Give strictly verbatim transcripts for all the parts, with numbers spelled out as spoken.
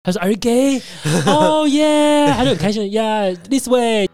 他说 Are you gay? Oh yeah 他就很开心 Yeah this way。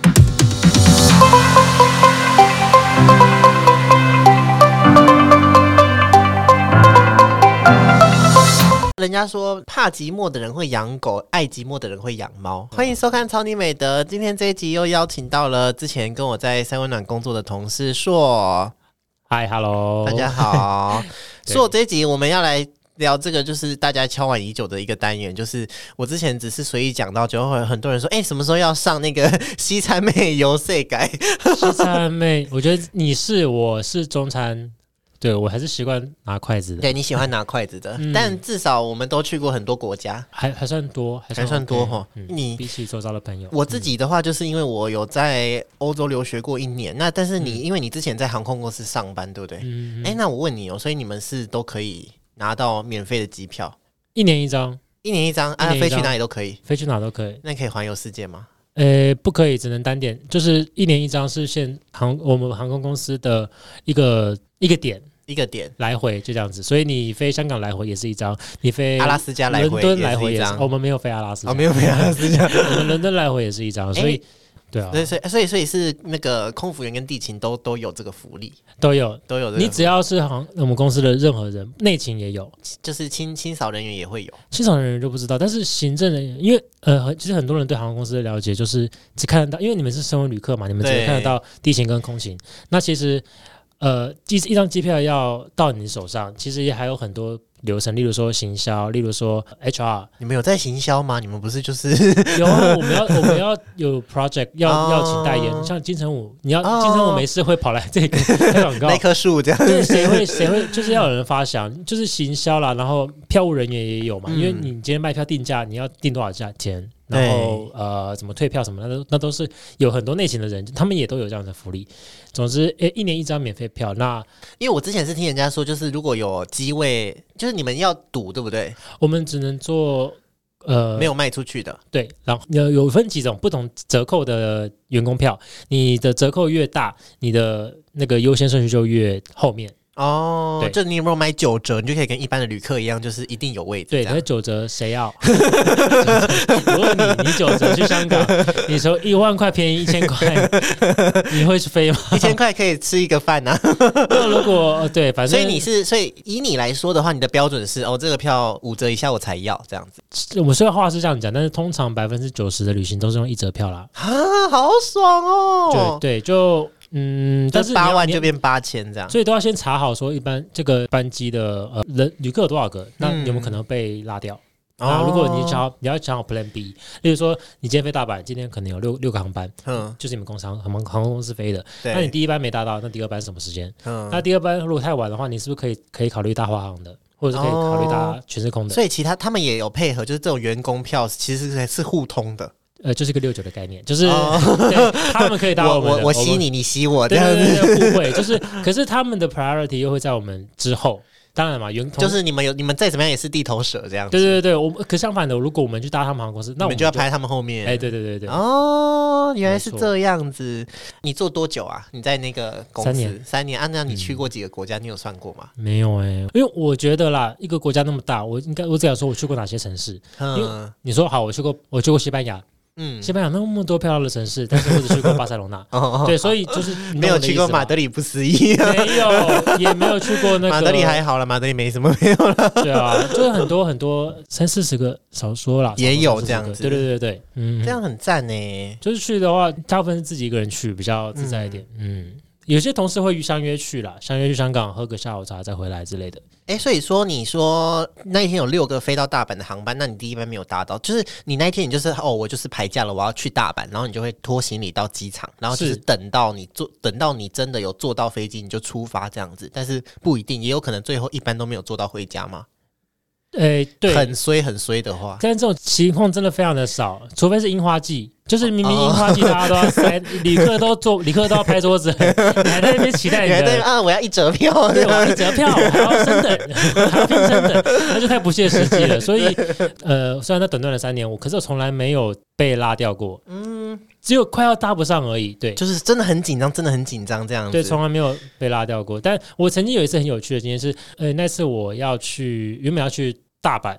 人家说怕寂寞的人会养狗，爱寂寞的人会养猫。欢迎收看超你美德，今天这一集又邀请到了之前跟我在三温暖工作的同事硕。 嗨 hello 大家好。硕，这一集我们要来聊这个就是大家敲碗已久的一个单元，就是我之前只是随意讲到，就会很多人说哎、欸，什么时候要上那个西餐妹游说改西餐妹，我觉得你是我是中餐，对，我还是习惯拿筷子的。 对，你喜欢拿筷子的、嗯、但至少我们都去过很多国家， 还还算多，还算、OK、 还算多齁、 嗯、 你比起周遭的朋友， 我自己的话就是因为我有在欧洲留学过一年，那但是你、嗯、因为你之前在航空公司上班对不对？嗯，哎、欸，那我问你哦，所以你们是都可以拿到免费的机票， 一年一张， 一年一张啊，飞去哪里都可以， 飞去哪都可以。 那可以环游世界吗？ 呃，不可以，只能单点，就是一年一张是现航我们航空公司的一个一个点。 一个点来回就这样子，所以你飞香港来回也是一张，你飞阿拉斯加来回伦敦来回也是一张、 哦，我们没有飞阿拉斯加， 哦，没有飞阿拉斯加， 我们伦敦来回也是一张，所以、欸、对啊， 所以所以所以是那个空服员跟地勤都都有这个福利， 都有都有， 你只要是航我们公司的任何人，内勤也有， 就是清清扫人员也会有， 清扫人员就不知道，但是行政人员，因为呃，其实很多人对航空公司的了解就是只看得到，因为你们是身为旅客嘛，你们只能看得到地勤跟空勤，那其实。呃，一张机票要到你手上，其实也还有很多流程，例如说行销，例如说 H R。你们有在行销吗？你们不是就是有啊？我们要我们要有 project， 要、哦、要请代言，像金城武，你要、哦、金城武没事会跑来这个开广告， 那棵树这样， 对，谁会谁会就是要有人发想，就是行销啦，然后票务人员也有嘛，嗯、因为你今天卖票定价，你要定多少价钱？然后呃，怎么退票什么的，那都那都是有很多内勤的人，他们也都有这样的福利。总之，诶，一年一张免费票。那因为我之前是听人家说，就是如果有机位，就是你们要赌，对不对？ 我们只能做呃没有卖出去的。对， 然后有有分几种不同折扣的员工票，你的折扣越大，你的那个优先顺序就越后面。 哦，就你有没有买九折，你就可以跟一般的旅客一样，就是一定有位置。 对，那九折谁要？如果你你九折去香港，你说一万块便宜一千块，你会去飞吗？ 一千块可以吃一个饭啊。 那如果对，反正所以你是，所以以你来说的话，你的标准是哦，这个票五折以下我才要这样子。 我虽然话是这样讲，但是通常百分之九十的旅行都是用一折票啦。 啊，好爽哦！ 对对，就。嗯，但是八万就变八千这样， 所以都要先查好说一般这个班机的呃人旅客有多少个，那有没有可能被拉掉？嗯、啊，如果你想要你要想好 Plan B， 例如说你今天飞大阪，今天可能有六六个航班，嗯，就是你们公司航航空公司飞的，那你第一班没搭到，那第二班是什么时间？嗯，那第二班如果太晚的话，你是不是可以可以考虑大华航的？或者是可以考虑搭全日空的？ 所以其他他们也有配合，就是这种员工票其实是互通的。 呃，就是一个六九的概念，就是、哦、他们可以搭我们的， 我我吸你，你吸我， 对对对对，互惠。就是，可是他们的 priority 又会在我们之后。当然嘛，员工就是你们有你们再怎么样也是地头蛇这样子。 对对对，我可相反的，如果我们去搭他们航空公司，那我们就, 就要排他们后面。 哎、欸，对对对对。 哦，原来是这样子。你做多久啊？你在那个公司三年， 三年。按照、啊、你去过几个国家？嗯、你有算过吗？ 没有哎、欸，因为我觉得啦，一个国家那么大，我应该我只想说我去过哪些城市。嗯、因为你说好，我去过，我去过西班牙。嗯，西班牙那么多漂亮的城市，但是我只去过巴塞罗那。哦，对，所以就是没有去过马德里不思议、啊， 没有，也没有去过那个马德里还好了，马德里没什么没有了。 对啊，就是很多很多三四十个，少说啦， 也有这样子。 对对对对，嗯， 这样很赞呢。 就是去的话，大部分是自己一个人去，比较自在一点。嗯。嗯，有些同事会相约去啦，相约去香港喝个下午茶再回来之类的。 哎，所以说你说那一天有六个飞到大阪的航班，那你第一班没有搭到，就是你那一天你就是哦，我就是排假了，我要去大阪，然后你就会拖行李到机场，然后就是等到你坐，等到你真的有坐到飞机，你就出发这样子。但是不一定，也有可能最后一班都没有坐到回家吗？ 诶，对， 很衰很衰的话， 但这种情况真的非常的少，除非是樱花季，就是明明樱花季大家都要塞，旅客都坐，旅客都要拍桌子，你还在那边期待你的， 你还在啊，我要一折票， 对，我要一折票，我还要升等，我还要拼升等，那就太不切实际了。所以，呃，虽然在短短的三年，我可是我从来没有被拉掉过，嗯，只有快要搭不上而已。对， 就是真的很紧张，真的很紧张这样子。 对，从来没有被拉掉过。但我曾经有一次很有趣的经验是，呃，那次我要去，原本要去大阪，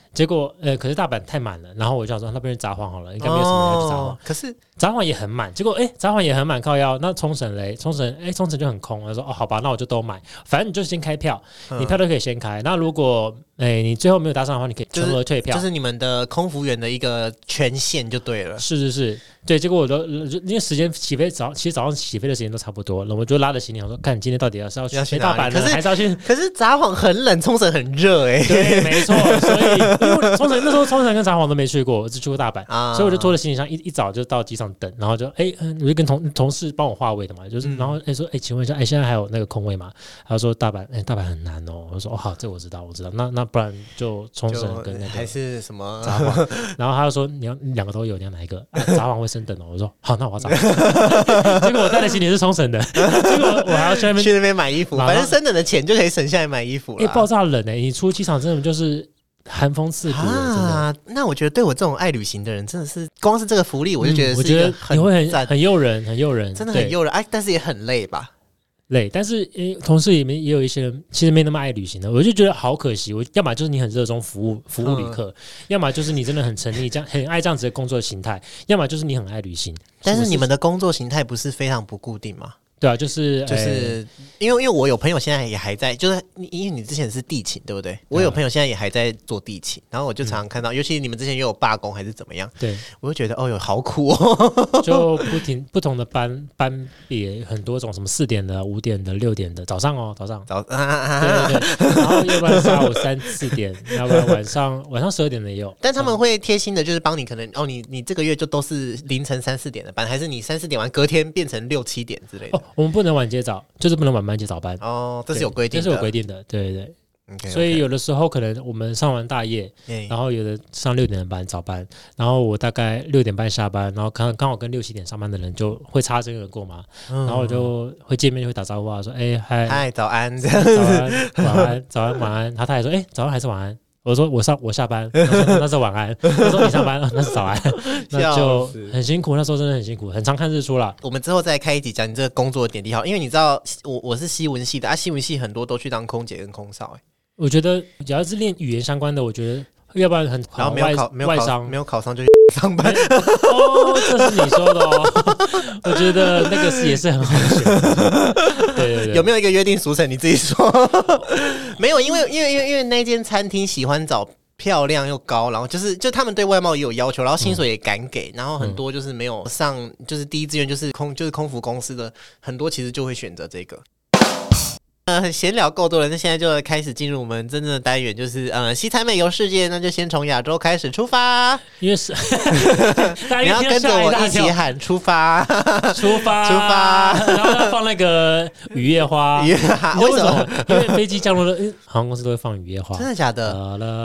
结果呃，可是大阪太满了，然后我就想说那边札幌好了，应该没有什么人去札幌。 可是札幌也很满，结果哎，札幌也很满，靠腰。那冲绳嘞，冲绳哎，冲绳就很空。他说哦，好吧，那我就都买，反正你就先开票，你票都可以先开。那如果哎你最后没有搭上的话，你可以全额退票， 就是你们的空服员的一个权限就对了。 是是是，对。结果我都因为时间起飞早，其实早上起飞的时间都差不多了，我就拉着行李，我说看你今天到底要是要去飞大阪呢，还是要去？ 可是札幌很冷，冲绳很热哎、欸。 对，没错。所以因为冲绳那时候冲绳跟札幌都没去过，我只去过大阪，啊、所以我就拖着行李箱一一早就到机场等，然后就哎、欸，我就跟同同事帮我划位的嘛，就是、嗯、然后哎、欸、说哎、欸，请问一下，哎、欸、现在还有那个空位吗？他说大阪哎、欸、大阪很难哦，我说哦好，这我知道我知道，那那不然就冲绳跟那个还是什么札幌，然后他就说你要两个都有，你要哪一个？啊、札幌会升等哦，我说好，那我要札幌。结果我带的行李是冲绳的，结果我还要去那边去那边买衣服，反正升等的钱就可以省下来买衣服了。 哎、欸，爆炸冷哎、欸！你出机场真的就是寒风刺骨啊！ 那我觉得对我这种爱旅行的人，真的是光是这个福利，我就觉得是一个很、 嗯、你会很很诱人，很诱人， 真的很诱人。哎，但是也很累吧？ 累，但是诶，同事里面也有一些人其实没那么爱旅行的，我就觉得好可惜。我要么就是你很热衷服务服务旅客，嗯、要么就是你真的很沉溺这样很爱这样子的工作形态，要么就是你很爱旅行。 但是你们的工作形态不是非常不固定吗？ 对啊，就是就是、欸、因为因为我有朋友现在也还在，就是因为你之前是地勤对不对？我有朋友现在也还在做地勤，然后我就常常看到，嗯、尤其你们之前又有罢工还是怎么样， 对我就觉得哦哟好苦哦， 就不停不同的班班别很多种，什么四点的、五点的、六点的，早上哦早上早啊对对对，然后要不然下午三四点，要不然晚上晚上十二点的也有， 但他们会贴心的，就是帮你可能哦你你这个月就都是凌晨三四点的班，还是你三四点完隔天变成六七点之类的。 哦我们不能晚接早，就是不能晚班接早班哦，这是有规定的， 这是有规定的，对对对。 Okay, 所以有的时候可能我们上完大夜， okay. 然后有的上六点的班早班，然后我大概六点半下班，然后刚刚好跟六七点上班的人就会擦身而过嘛，嗯、然后我就会见面就会打招呼啊，说哎嗨嗨早安， 早安晚安早安晚安，他他也说哎早上还是晚安。我说我上我下班，那是晚安。他说你上班，那是早安，那就很辛苦。那时候真的很辛苦，很常看日出啦。 我们之后再开一集讲你这个工作的点滴好，因为你知道我我是西文系的啊，西文系很多都去当空姐跟空少、欸。 我觉得只要是练语言相关的，我觉得要不然很然后没有考没有外商没有考上就去上班。 哦，这是你说的哦。我觉得那个是也是很好的选择。对对对， 有没有一个约定俗成？你自己说。没有，因为因为因为因为那间餐厅喜欢找漂亮又高，然后就是就他们对外貌也有要求，然后薪水也敢给，嗯、然后很多就是没有上就是第一志愿就是空就是空服公司的很多其实就会选择这个。呃，闲聊够多了，那现在就开始进入我们真正的单元，就是呃，西餐美游世界，那就先从亚洲开始出发。 因为是你要跟着我一起喊出发， 出发， 出发， 然后要放那个雨夜花。 雨夜花为什么？ 因为飞机降落了，航空公司都会放雨夜花。 真的假的？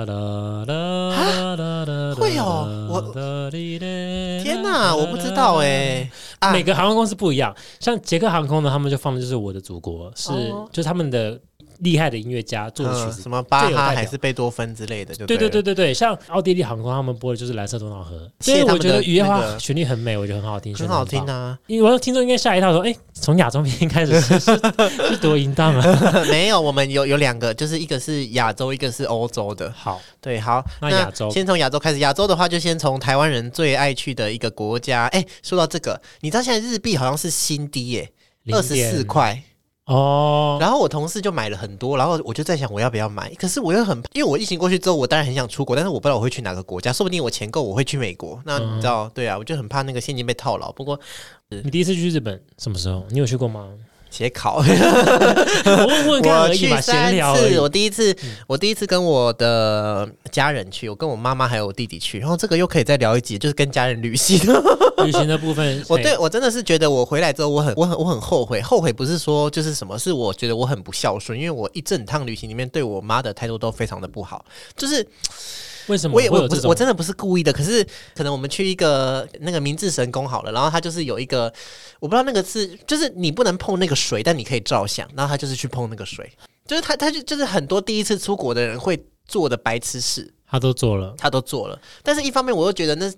会哦，我天哪，我不知道哎、欸。 啊、每个航空公司不一样，像捷克航空呢，他们就放的就是《我的祖国》，是、哦、就是他们的厉害的音乐家做的曲子， 嗯、什么巴哈还是贝多芬之类的就对， 对对对对对，像奥地利航空他们播的就是《蓝色多瑙河》，所以我觉得雨夜花旋律很美，我觉得很好听， 很好听啊。 因为我听众应该吓一跳说，哎、欸，从亚洲片开始是是是多淫荡啊？ 没有，我们有有两个，就是一个是亚洲，一个是欧洲的。 好， 对，好， 那亚洲先从亚洲开始。亚洲的话，就先从台湾人最爱去的一个国家。哎、欸，说到这个，你知道现在日币好像是新低耶、欸，二十四块。哦，然后我同事就买了很多，然后我就在想我要不要买，可是我又很，因为我疫情过去之后，我当然很想出国，但是我不知道我会去哪个国家，说不定我钱够我会去美国，那你知道，嗯、对啊，我就很怕那个现金被套牢。不过， 你第一次去日本什么时候？你有去过吗？ 写考， 我问问看而已嘛，闲聊而已。 我第一次，我第一次跟我的家人去，我跟我妈妈还有我弟弟去，然后这个又可以再聊一集，就是跟家人旅行。 旅行的部分， 我对我真的是觉得我回来之后，我很我很我很后悔，后悔不是说就是什么，是我觉得我很不孝顺，因为我一整趟旅行里面对我妈的态度都非常的不好，就是。 为什么我也我不是我真的不是故意的，可是可能我们去一个那个明治神宫好了，然后他就是有一个我不知道那个是就是你不能碰那个水，但你可以照相，然后他就是去碰那个水，就是他他就就是很多第一次出国的人会做的白痴事， 他都做了， 他都做了，但是一方面我又觉得那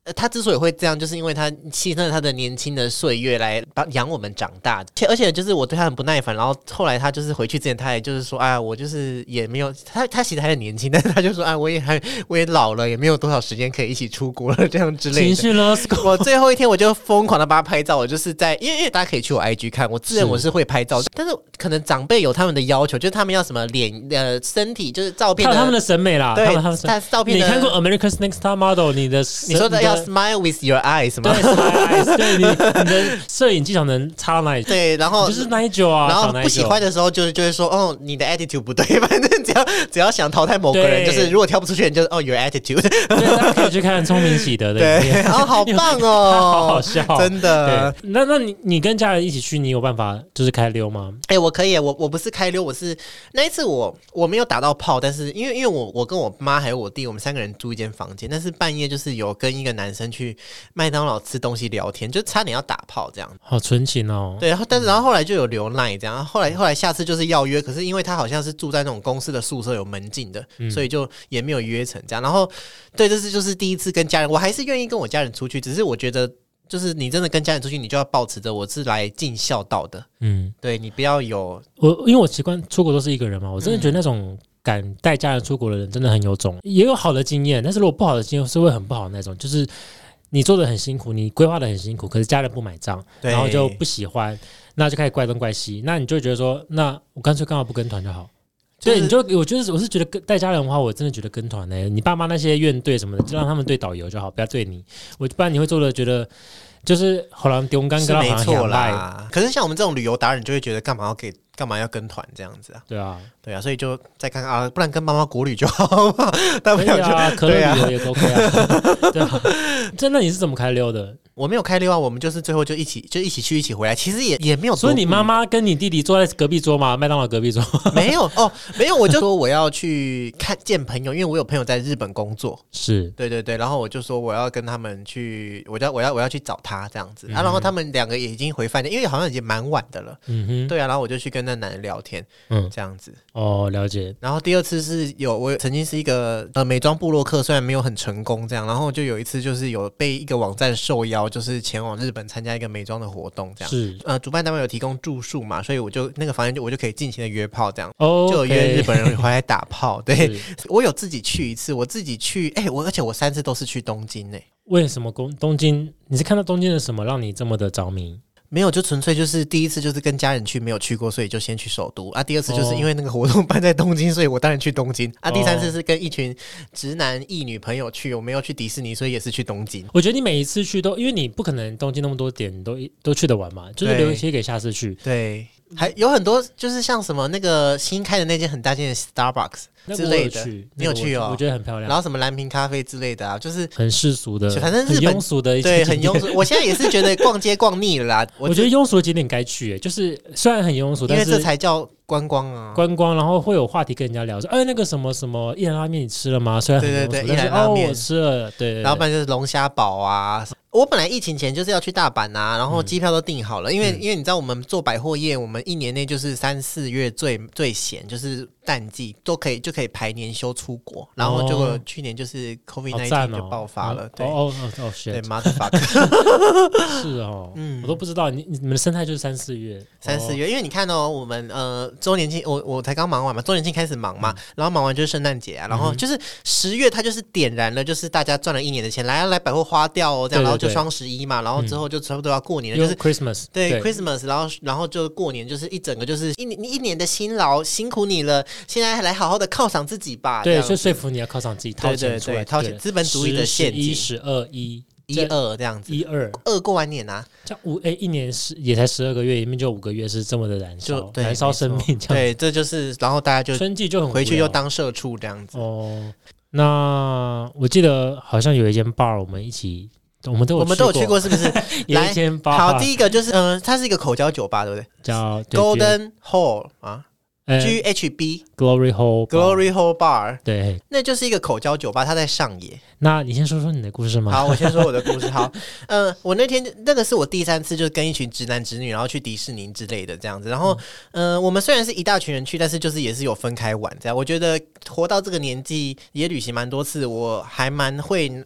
他之所以会这样，就是因为他牺牲了他的年轻的岁月来养我们长大，而且就是我对他很不耐烦，然后后来他就是回去之前，他也就是说，哎，我就是也没有他，他其实还很年轻，但是他就说，哎，我也还我也老了，也没有多少时间可以一起出国了，这样之类的。 情绪勒索。 我最后一天我就疯狂的帮他拍照，我就是在因为因为大家可以去我 I G 看，我自认我是会拍照，但是可能长辈有他们的要求，就是他们要什么脸呃身体就是照片的， 他他们的审美啦， 对， 他们他照片你看过 America's Next Top Model？ 你的你说的要 smile with your eyes 吗？ 对 ，smile eyes， 对你你的摄影技巧能差到哪里？ 对，然后就是 Nigel 啊， 然后不喜欢的时候就就会说哦，你的 attitude 不对，反正只要只要想淘汰某个人，就是如果挑不出去，你就哦 your attitude。 对，大家可以去看聪明喜德的影片， 对，哦，好棒哦， 好好笑， 真的。 那那你你跟家人一起去，你有办法就是开溜吗？ 哎、欸，我可以，我我不是开溜，我是那一次我我没有打到炮，但是因为因为我我跟我妈还有我弟，我们三个人住一间房间，但是半夜就是有跟一个男生去麦当劳吃东西聊天，就差点要打炮这样。 好纯情哦。 对，然后但是然后后来就有留赖这样，后来后来下次就是要约，可是因为他好像是住在那种公司的宿舍有门禁的，嗯、所以就也没有约成这样。然后对，这是就是第一次跟家人，我还是愿意跟我家人出去，只是我觉得。就是你真的跟家人出去，你就要抱持着我是来尽孝道的，嗯，对你不要有我，因为我习惯出国都是一个人嘛，我真的觉得那种敢带家人出国的人真的很有种，也有好的经验，但是如果不好的经验是会很不好的那种，就是你做的很辛苦，你规划的很辛苦，可是家人不买账，然后就不喜欢，那就开始怪东怪西，那你就会觉得说，那我干脆干嘛不跟团就好。对，你就我觉得我是觉得带家人的话，我真的觉得跟团呢、欸，你爸妈那些怨对什么的，就让他们对导游就好，不要对你。我不然你会做的觉得就是好像丢干跟没错啦。可是像我们这种旅游达人，就会觉得干嘛要给干嘛要跟团这样子啊？ 对啊， 对啊，所以就再看看啊，不然跟妈妈国旅就好嘛。大不了就啊，可乐旅游也 OK 啊。对啊，真的你是怎么开溜的？ 我没有开溜啊，我们就是最后就一起就一起去一起回来，其实也也没有。 所以你妈妈跟你弟弟坐在隔壁桌吗？麦当劳隔壁桌？ 没有哦，没有，我就说我要去看见朋友，因为我有朋友在日本工作， 是对对对，然后我就说我要跟他们去，我要我要我要去找他这样子、嗯、啊，然后他们两个也已经回饭店，因为好像已经蛮晚的了，嗯哼，对啊，然后我就去跟那男人聊天，嗯，这样子。 哦，了解。 然后第二次是有我曾经是一个呃美妆部落客，虽然没有很成功这样，然后就有一次就是有被一个网站受邀，就是前往日本参加一个美妆的活动这样，是呃主办单位有提供住宿嘛，所以我就那个房间就我就可以尽情的约炮这样，哦、okay ，就有约日本人回来打炮。对，我有自己去一次，我自己去，哎、欸，我而且我三次都是去东京呢、欸。 为什么东京？你是看到东京的什么让你这么的着迷？ 没有，就纯粹就是第一次就是跟家人去，没有去过，所以就先去首都啊。第二次就是因为那个活动办在东京，所以我当然去东京啊。第三次是跟一群直男异女朋友去，我们要去迪士尼，所以也是去东京。 我觉得你每一次去都，因为你不可能东京那么多点都都去得完嘛，就是留一些给下次去。 对，还有很多就是像什么那个新开的那间很大间的 Starbucks 之类的，你有去哦？ 我觉得很漂亮。 然后什么蓝瓶咖啡之类的啊，就是很世俗的， 反正日本很庸俗的一些， 对，很庸俗。我现在也是觉得逛街逛腻了啦。 我觉得庸俗的景点该去、欸，就是虽然很庸俗，但是因为这才叫观光啊， 观光，然后会有话题跟人家聊，说，哎，那个什么什么一兰拉面你吃了吗？虽然很庸俗， 对对对，一兰拉面、 哦、我吃了，对, 对, 对， 然后不然就是龙虾堡啊。我本来疫情前就是要去大阪啊，然后机票都订好了，嗯、因为因为你知道我们做百货业，我们一年内就是三四月最最闲，就是淡季都可以就可以排年休出国，然后结果去年就是 COVID 十九 就爆发了， 哦、 对哦哦哦， 对 ，motherfucker， 是哦，嗯，我都不知道，你你们的生态就是三四月， 三四月，哦、因为你看哦，我们呃周年庆，我我才刚忙完嘛，周年庆开始忙嘛，嗯、然后忙完就是圣诞节啊，然后就是十月它就是点燃了，就是大家赚了一年的钱，来来百货花掉哦，这样，对对对，然后就双十一嘛，然后之后就差不多要过年了，嗯、就是 Christmas， 对, 对 Christmas， 然后然后就过年，就是一整个就是一年一年的辛劳，辛苦你了，现在来好好的犒赏自己吧， 对，就说服你要犒赏自己，掏钱出来， 掏钱，资本主义的陷阱， 一十二一。 一二这样子， 一二二过完年啊， 这样五哎一年是也才十二个月，里面就五个月是这么的燃烧，燃烧生命这样。 对，这就是然后大家就春季就很回去又当社畜这样子。 哦，那我记得好像有一间 bar 我们一起，我们都有我们都有去过，是不是？ 有一间 bar， 好，第一个就是嗯、呃，它是一个口交酒吧，对不对？ 叫 Golden Hall 啊。G H B Glory Hole Glory Hole Bar， 对， 那就是一个口交酒吧，它在上野。 那你先说说你的故事吗？ 好，我先说我的故事。好，呃，我那天那个是我第三次，就是跟一群直男直女，然后去迪士尼之类的这样子。然后，嗯、呃，我们虽然是一大群人去，但是就是也是有分开玩这样。我觉得活到这个年纪，也旅行蛮多次，我还蛮会。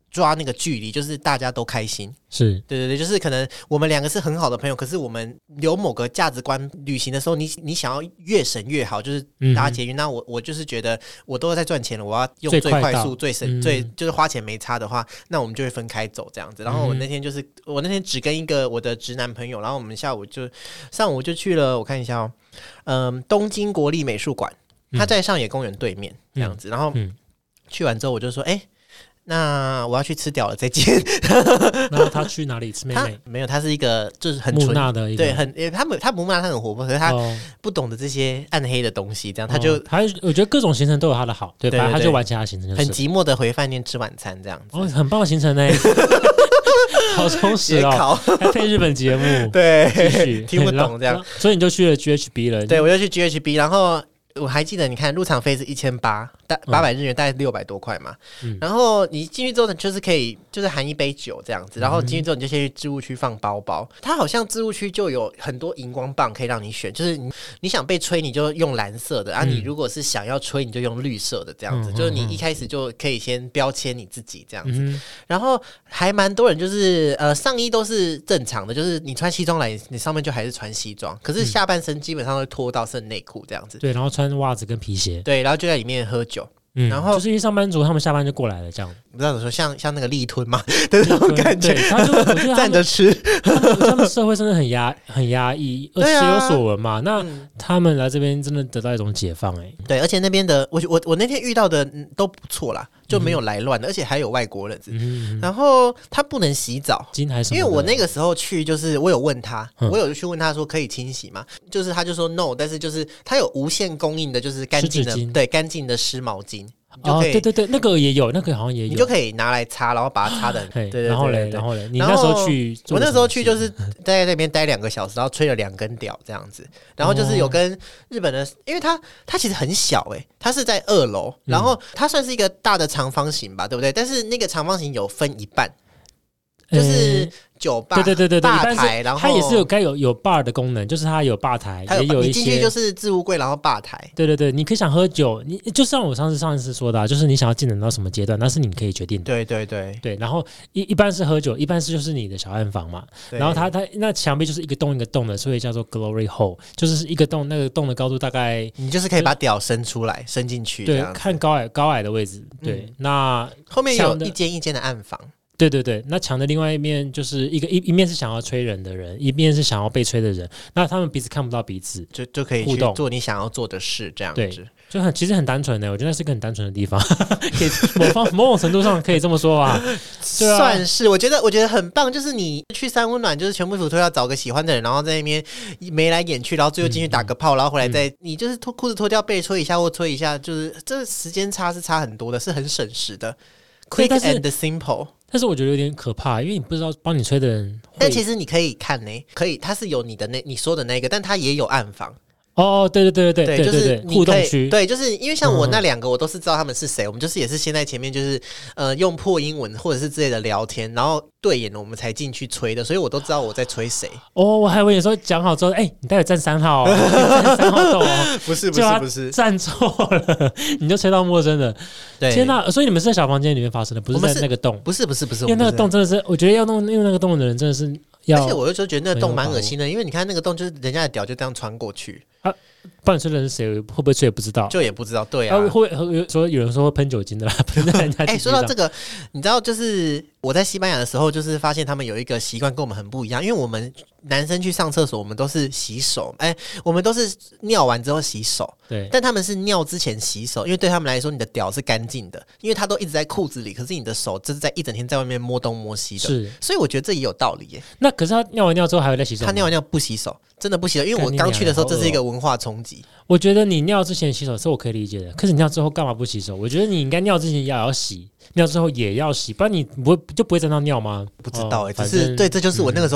抓那个距离，就是大家都开心。 是对对对，就是可能我们两个是很好的朋友，可是我们有某个价值观，旅行的时候你你想要越省越好，就是搭捷运、嗯、那我我就是觉得我都在赚钱了，我要用最快速最省、嗯、最就是花钱没差的话，那我们就会分开走这样子。然后我那天就是、嗯、我那天只跟一个我的直男朋友，然后我们下午就上午就去了，我看一下哦，嗯，东京国立美术馆，它在上野公园对面这样子。然后去完之后我就说，哎、欸。那我要去吃屌了，再见。 然后他去哪里吃妹妹？ 没有，他是一个就是很纯木讷的一个， 对，很他他不木讷，他很活泼，可是他不懂得这些暗黑的东西，这样他就、哦、 他我觉得各种行程都有他的好，对，反正他就玩其他行程、就是， 很寂寞的回饭店吃晚餐这样子。 哦，很棒的行程呢，好充实哦，还配日本节目， 对，继续听不懂这样， 所以你就去了 G H B 了。 对，我就去 G H B， 然后。我还记得，你看入场费是一千八，大八百日元，大概六百多块嘛、嗯。然后你进去之后呢，就是可以，就是含一杯酒这样子。然后进去之后，你就先去置物区放包包。它好像置物区就有很多荧光棒可以让你选，就是你你想被吹，你就用蓝色的、嗯、啊。你如果是想要吹，你就用绿色的这样子。嗯、就是你一开始就可以先标签你自己这样子。嗯、然后还蛮多人就是呃上衣都是正常的，就是你穿西装来，你上面就还是穿西装，可是下半身基本上会脱到剩内裤这样子。 对，然后穿袜子跟皮鞋， 对，然后就在里面喝酒， 嗯， 然后就是一些上班族，他们下班就过来了，这样不知道怎么说，像像那个立吞嘛的那种感觉， 他就我觉得站着吃， 他们他们社会真的很压很压抑，时有所闻嘛，那、嗯、他们来这边真的得到一种解放、欸，哎， 对，而且那边的我我我那天遇到的都不错啦，就没有来乱的、嗯，而且还有外国人，嗯、然后他不能洗澡， 金还是因为我那个时候去，就是我有问他，嗯、我有去问他说可以清洗吗？就是他就说 no， 但是就是他有无限供应的，就是干净的，对，干净的湿毛巾。 哦，对对对，那个也有，那个好像也有， 你就可以拿来擦，然后把它擦的，对对对， 然后嘞，然后嘞，你那时候去， 我那时候去就是在那边待两个小时，然后吹了两根屌这样子，然后就是有跟日本的，因为它它其实很小哎、欸，它是在二楼，然后它算是一个大的长方形吧，对不对？但是那个长方形有分一半，就是酒吧， 对对对对对， 吧台，然后它也是有该有有 bar 的功能，就是它有吧台，也有一些你进去就是置物柜，然后吧台。 对对对，你可以想喝酒，你就像我上次上一次说的、啊，就是你想要进展到什么阶段，那是你可以决定的。 对对对对，然后一一般是喝酒，一般是就是你的小暗房嘛，然后它它那墙壁就是一个洞一个洞的，所以叫做 glory hole， 就是一个洞，那个洞的高度大概你就是可以把屌伸出来，伸进去， 对，看高矮高矮的位置，对，嗯、那后面有一间一间的暗房。 对对对，那墙的另外一面就是一个一一面是想要吹人的人，一面是想要被吹的人，那他们彼此看不到彼此， 就就可以去做你想要做的事，这样子， 对，就很其实很单纯的，我觉得那是个很单纯的地方，可以某方某种程度上可以这么说吧，对啊， 算是，我觉得我觉得很棒，就是你去三温暖，就是全部服都要找个喜欢的人，然后在那边眉来眼去，然后最后进去打个炮，嗯、然后回来再、嗯、你就是脱裤子脱掉被吹一下或吹一下，就是这时间差是差很多的，是很省时的 ，quick and simple。 但是我觉得有点可怕，因为你不知道帮你吹的人。 但其实你可以看呢、欸，可以，它是有你的那你说的那个，但它也有暗房。 哦，对对对对对， 就是互动区， 对，就是因为像我那两个，我都是知道他们是谁、嗯，我们就是也是先在前面就是呃用破英文或者是之类的聊天，然后对眼了我们才进去吹的，所以我都知道我在吹谁。 哦，我还以为你说讲好之后，哎、欸，你待会站三号、哦，站三号洞哦， 不是不是不是， 站错了，你就吹到陌生的。对，天哪！所以你们是在小房间里面发生的，不是在那个洞？ 不是不是不是， 因为那个洞真的是，我觉得要弄用那个洞的人真的是要， 而且我有时候觉得那个洞蛮恶心的，因为你看那个洞就是人家的屌就这样穿过去啊。 不然吹的人是谁？会不会吹也不知道， 就也不知道。对啊， 啊会会说有人说会喷酒精的啦，喷在人家。哎、 欸，说到这个，你知道，就是我在西班牙的时候，就是发现他们有一个习惯跟我们很不一样，因为我们男生去上厕所，我们都是洗手，哎、欸，我们都是尿完之后洗手， 对。 但他们是尿之前洗手，因为对他们来说，你的屌是干净的，因为他都一直在裤子里，可是你的手就是在一整天在外面摸东摸西的， 是。 所以我觉得这也有道理耶。 那可是他尿完尿之后还会再洗手吗？ 他尿完尿不洗手，真的不洗手，因为我刚去的时候，这是一个文化冲击。 我觉得你尿之前洗手是我可以理解的，可是你尿之后干嘛不洗手？我觉得你应该尿之前也要洗，尿之后也要洗，不然你不会就不会沾到尿吗？ 不知道哎、欸，只是对，这就是我那个时候哎、嗯欸，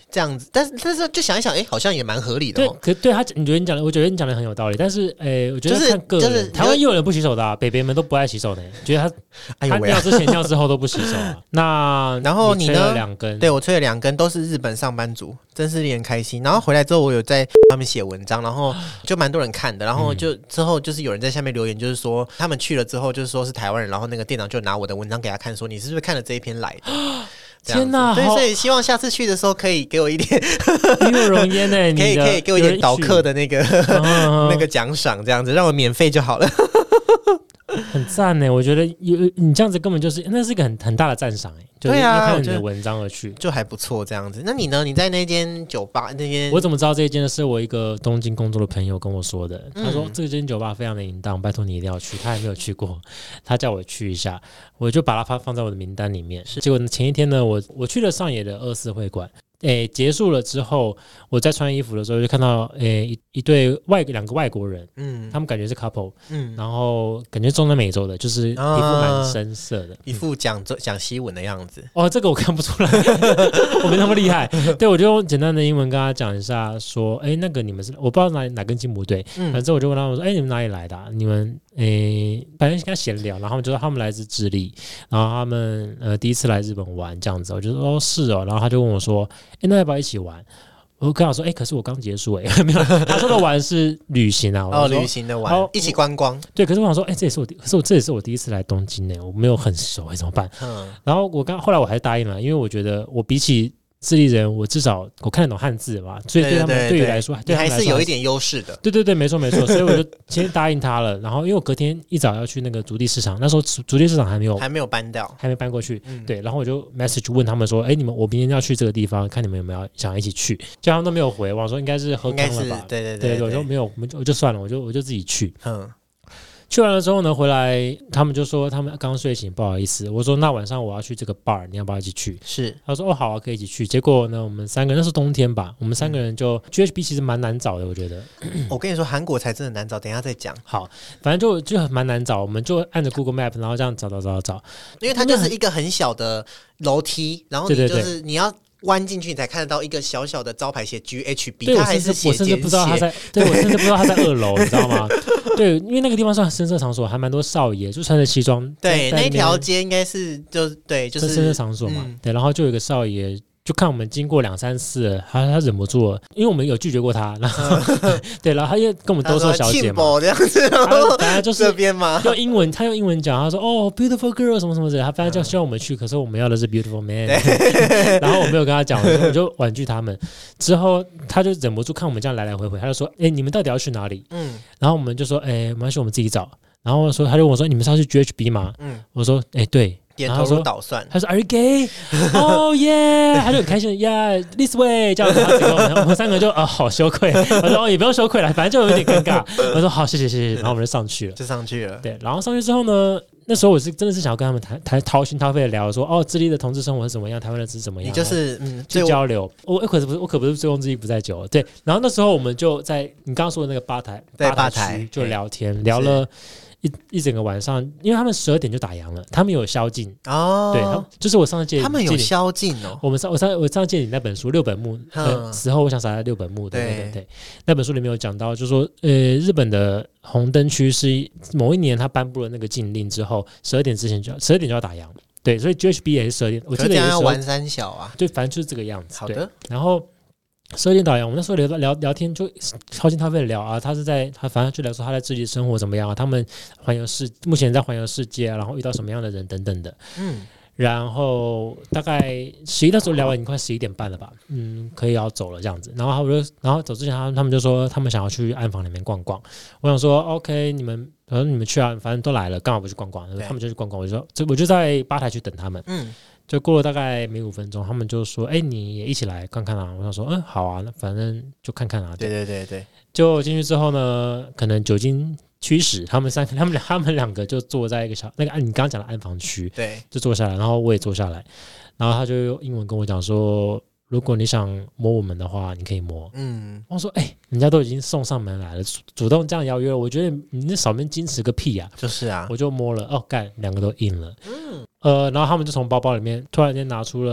这样子，但是但是就想一想，哎、欸，好像也蛮合理的、哦。 对，可对他，你觉得你讲的，我觉得你讲的很有道理。但是，哎、欸，我觉得看个人，就是就是、台湾也有人不洗手的、啊，北北们都不爱洗手的，觉得他、哎、他尿之前尿之后都不洗手啊。那然后你呢？ 吹了两根， 对我吹了两根，都是日本上班族，真是令人开心。然后回来之后，我有在他们写文章，然后就蛮多人看的。然后就之后就是有人在下面留言，就是说他们去了之后，就是说是台湾人，然后那个店长就拿我的文章给他看，说你是不是看了这一篇来的？ 天哪！ 对，所以希望下次去的时候可以给我一点与有荣焉呢， 可以可以给我一点导客的那个那个奖赏，这样子让我免费就好了。 很赞呢，我觉得有你这样子根本就是那是一个很很大的赞赏哎，就是因为看了你的文章而去， 就还不错这样子。那你呢？你在那间酒吧那间， 我怎么知道这一间呢？是我一个东京工作的朋友跟我说的。嗯、他说这间酒吧非常的淫荡，拜托你一定要去。他还没有去过，他叫我去一下，我就把它放放在我的名单里面。结果前一天呢，我我去了上野的二四会馆。诶，结束了之后，我在穿衣服的时候就看到，诶，一一对外两个外国人，嗯，他们感觉是 couple， 嗯，然后感觉中南美洲的，就是皮肤蛮深色的，啊、 一副讲讲西文的样子。 哦，这个我看不出来，我没那么厉害。对，我就用简单的英文跟他讲一下，说，哎，那个你们是，我不知道哪哪根筋不对，嗯、反正我就问他们说，哎，你们哪里来的、啊？你们，诶，反正跟他闲聊，然后他们就说他们来自智利，然后他们呃第一次来日本玩这样子，我就说哦是哦，然后他就问我说。欸、那要不要一起玩？我跟他说，哎、欸，可是我刚结束哎、欸，没有。他说的玩是旅行啊， 哦，旅行的玩，一起观光。 对，可是我想说，哎、欸，这也是我，可是我这也是我第一次来东京呢、欸，我没有很熟，哎，怎么办？嗯。然后我刚后来我还答应了，因为我觉得我比起智利人，我至少我看得懂汉字嘛，所以对他们对于来说， 你还是有一点优势的。 对对对，没错没错，所以我就先答应他了。然后因为我隔天一早要去那个竹地市场，那时候竹地市场还没有还没有搬掉， 还没搬过去。嗯、对，然后我就 message 问他们说，哎，你们我明天要去这个地方，看你们有没有想一起去？就他们都没有回，我说应该是喝康了吧？ 对对对 对, 对， 我说没有，我就我就算了，我就我就自己去。嗯。去完了之后呢，回来他们就说他们刚睡醒，不好意思。我说那晚上我要去这个 bar， 你要不要一起去？ 是， 他说哦好啊，可以一起去。结果呢，我们三个人那是冬天吧，我们三个人就、嗯、G H B 其实蛮难找的，我觉得。 我跟你说，韩国才真的难找，等一下再讲。 好，反正就就蛮难找，我们就按着 Google Map， 然后这样找找找找， 因为它就是一个很小的楼梯，然后你就是对对对你要。弯进去你才看得到一个小小的招牌写 G H B， 它还是写我甚至不知道它在，对我甚至不知道它在二楼，你知道吗？对，因为那个地方算深色场所，还蛮多少爷就穿着西装。 对，那条街应该是就对，就是深色场所嘛。嗯、对，然后就有一个少爷。就看我们经过两三次，他他忍不住了，因为我们有拒绝过他，然后、嗯、对，然后他又跟我们兜售小姐嘛， 这样子， 反正就是这边嘛， 用英文，他用英文讲，他说哦 ，beautiful girl 什么什么的，他反正就希望我们去，可是我们要的是 beautiful man， 然后我没有跟他讲，我就婉拒他们。之后他就忍不住看我们这样来来回回，他就说，哎、欸，你们到底要去哪里？嗯，然后我们就说，哎、欸，没关系，我们自己找。然后说，他就问我说，你们是要去 G H B 吗？嗯，我说，哎、欸，对。 点头如捣蒜， 他说 Are you gay? Oh yeah， 他就很开心的 Yeah this way 这样子，我们我们三个就啊、哦、好羞愧，我说哦也不用羞愧了，反正就有点尴尬。我说好谢谢谢谢，然后我们就上去了， 就上去了。 对，然后上去之后呢，那时候我是真的是想要跟他们谈谈掏心掏肺的聊说哦智利的同志生活是怎么样，台湾的是怎么样， 你就是嗯去交流。我我可不是我可不是醉翁之意不在酒，对。然后那时候我们就在你刚刚说的那个吧台对吧台区就聊天聊了。一一整个晚上，因为他们十二点就打烊了，他们有宵禁哦。对，他就是我上次借他们有宵禁哦。 我们上我上我上次借你那本书六本木，呃，时候我想洒在六本木，对对对对。那本书里面有讲到，就是说呃，日本的红灯区是某一年他颁布了那个禁令之后，十二点之前就十二点就要打烊。对，所以 G H B 也是十二点，我记得也是要玩三小啊。 对，反正就是这个样子。 好的， 然后。十二点打烊，我们那时候聊聊聊天就掏心掏肺的聊啊，他是在他反正就聊说他在智利生活怎么样啊，他们环游世目前在环游世界啊，然后遇到什么样的人等等的，嗯，然后大概十一那时候聊完已经快十一点半了吧，嗯，可以要走了这样子，然后我就然后走之前他他们就说他们想要去暗房里面逛逛，我想说 OK 你们反正你们去啊，反正都来了，干嘛不去逛逛？他们就去逛逛，我就说我就在吧台去等他们，嗯。就过了大概没五分钟，他们就说：“哎、欸，你也一起来看看啊！”我想说：“嗯，好啊，那反正就看看啊。” 对对对对。 就进去之后呢，可能酒精驱使他们三个，他们他们两个就坐在一个小那个按你刚刚讲的暗房区， 对， 就坐下来，然后我也坐下来，然后他就用英文跟我讲说：“如果你想摸我们的话，你可以摸。”嗯，我说：“哎、欸，人家都已经送上门来了，主动这样邀约，我觉得你那少面矜持个屁啊！” 就是啊， 我就摸了，哦，干，两个都硬了。嗯。呃，然后他们就从包包里面突然间拿出了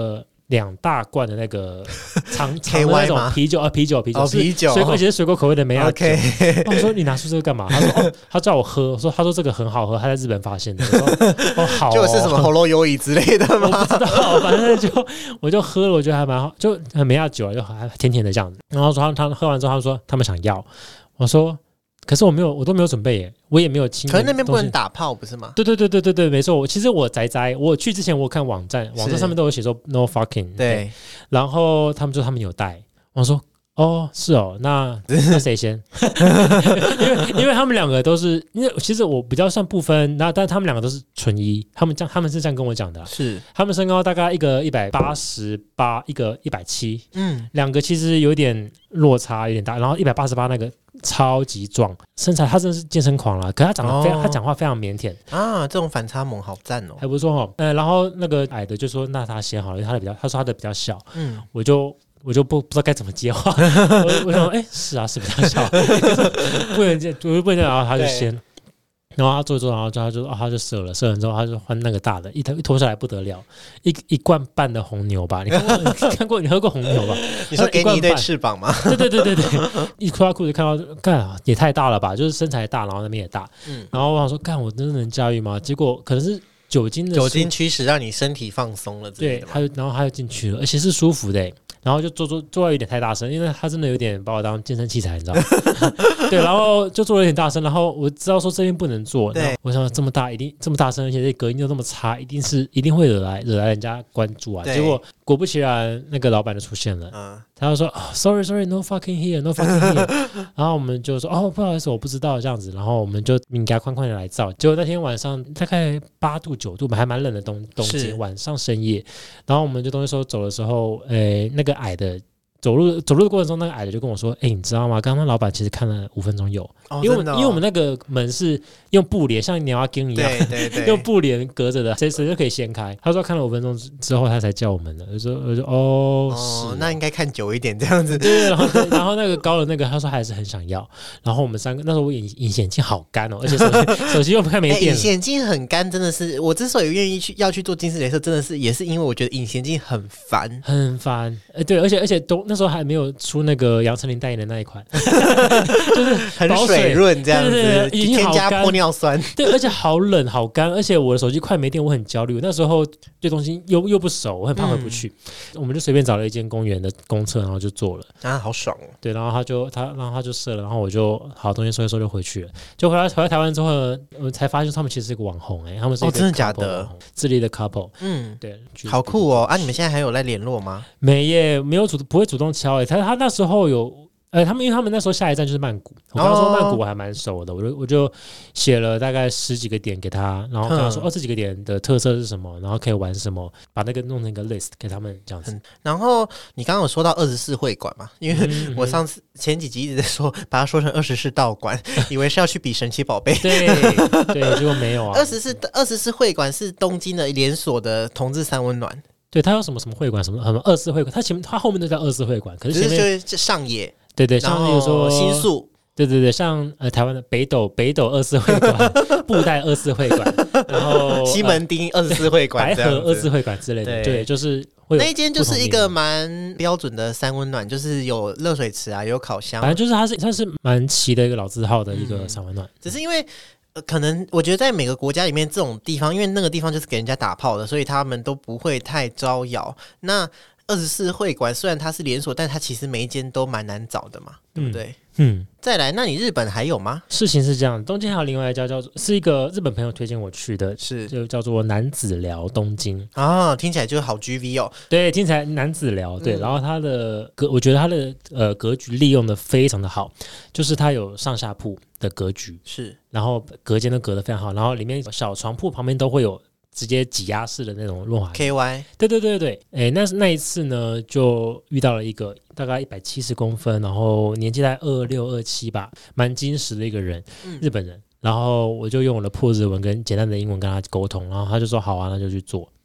两大罐的那个长长的那种啤酒啊，啤酒啤酒， 哦啤酒， 水果其实水果口味的梅亚酒。 Okay 我说你拿出这个干嘛？他说哦，他叫我喝。我说他说这个很好喝，他在日本发现的。我说哦好哦， 就是什么喉咙优饮之类的吗？ 我不知道，反正就我就喝了，我觉得还蛮好，就很梅亚酒啊，就还甜甜的这样子。然后说他他喝完之后，他们说他们想要，我说。可是我没有，我都没有准备耶，我也没有亲。 可是那边不能打炮，不是吗？ 对对对对对对，没错。我其实我宅宅，我去之前我看网站，网站上面都有写说 no fucking。 对。 然后他们说他们有带，我说哦是哦，那那谁先？因为因为他们两个都是，因为其实我比较算不分，那但他们两个都是纯一，他们这样他们是这样跟我讲的， 是他们身高大概一个一百八十八，一个一百七，嗯，两个其实有点落差有点大，然后一百八十八那个。超级壮，身材他真的是健身狂了，可是他长得非常，哦、他讲话非常腼腆啊，这种反差萌好赞哦， 还不错哦。呃，然后那个矮的就说那他先好了，因为他的比较，他说他的比较小，嗯，我就我就不不知道该怎么接话，我我想哎、欸、是啊是比较小，不能接，我就不能，然后他就先。然后他做一做，然后他就、哦、他就射了，射完之后他就换那个大的，一一脱下来不得了，一一罐半的红牛吧，你看过你看过你喝过红牛吧？ 你说给你一对翅膀吗？ 对对对对对，一脱下裤子看到，干啊也太大了吧，就是身材大，然后那边也大，嗯，然后我想说，干我真的能驾驭吗？结果可能是酒精的酒精驱使让你身体放松了， 对，他就然后他就进去了，而且是舒服的、欸。然后就做做做到有点太大声，因为他真的有点把我当健身器材，你知道吗？对，然后就做了有点大声，然后我知道说这边不能做，对，我想这么大一定这么大声，而且这隔音又这么差，一定是一定会惹来惹来人家关注啊。结果果不其然，那个老板就出现了，嗯、他就说、哦、：“Sorry, sorry, no fucking here, no fucking here。”然后我们就说：“哦，不好意思，我不知道这样子。”然后我们就敏感宽宽的来照。结果那天晚上大概八度九度，还蛮冷的东东京，晚上深夜，然后我们就东西收走的时候，诶，那个矮的。走路走路的过程中，那个矮的就跟我说：“哎、欸，你知道吗？刚刚那老板其实看了五分钟有，哦、因为我们、哦、因为我们那个门是用布帘，像鸟阿根一样， 对对对， 用布帘隔着的，随时就可以掀开。他说看了五分钟之后，他才叫我们的。我说我说哦， 哦，那应该看久一点这样子。 对，然后然后那个高的那个，他说还是很想要。然后我们三个那时候我隐隐形眼镜好干哦，而且手机手机又快没电了。 隐形眼镜很干，真的是我之所以愿意去要去做近视雷射，真的是也是因为我觉得隐形眼镜很烦， 很烦。呃，对，而且而且都那时候还没有。出那个杨丞琳代言的那一款，就是很水润这样子，对对对，添加玻尿酸， 对，而且好冷好干，而且我的手机快没电，我很焦虑。那时候对东西又又不熟，我很怕回不去，嗯、我们就随便找了一间公园的公厕，然后就做了啊，好爽哦。 对，然后他就他，然后他就射了，然后我就好东西收一收就回去了。就回来回来台湾之后呢，我才发现他们其实是一个网红哎、欸，他们是一个、 哦、真的假的？ 智利的 couple， 嗯， 对， 好酷哦啊！你们现在还有在联络吗？ 没耶，没有主不会主动敲哎、欸，他他那时候有。呃，他们因为他们那时候下一站就是曼谷，我刚刚说曼谷我还蛮熟的，我就我就写了大概十几个点给他，然后跟他说、嗯、哦这几个点的特色是什么，然后可以玩什么，把那个弄成一个 list 给他们这样子。 嗯、然后你刚刚有说到二十四会馆嘛？因为我上次前几集一直在说把它说成二十四道馆，以为是要去比神奇宝贝， 对对，结果没有啊。 二十四二十四会馆是东京的连锁的同志三温暖。 对，它有什么什么会馆，什么什么二四会馆，它前面它后面都叫二四会馆，可是前面就是上野， 对对，像比如说新宿， 对对对，像呃台湾的北斗北斗二四会馆、布袋二四会馆，然后西门町二十四会馆、 白河二四会馆之类的，对，对就是那一间就是一个蛮标准的三温暖，就是有热水池啊，有烤箱， 反正就是它是它是蛮齐的一个老字号的一个三温暖， 嗯、只是因为。可能我觉得在每个国家里面，这种地方，因为那个地方就是给人家打炮的，所以他们都不会太招摇。那二十四会馆虽然它是连锁，但它其实每一间都蛮难找的嘛，对不对？嗯。再来，那你日本还有吗？ 事情是这样，东京还有另外一家叫做是一个日本朋友推荐我去的， 是就叫做男子寮东京啊，听起来就是好 G V 哦。 对，听起来男子寮对，嗯、然后它的格，我觉得它的呃格局利用的非常的好，就是它有上下铺的格局， 是， 然后隔间都隔得非常好，然后里面小床铺旁边都会有。直接挤压式的那种润滑 K Y， 对对对对，哎，那那一次呢，就遇到了一个大概一百七十公分，然后年纪在二六二七吧，蛮精实的一个人，嗯、日本人。然后我就用我的破日文跟简单的英文跟他沟通，然后他就说好啊，那就去做。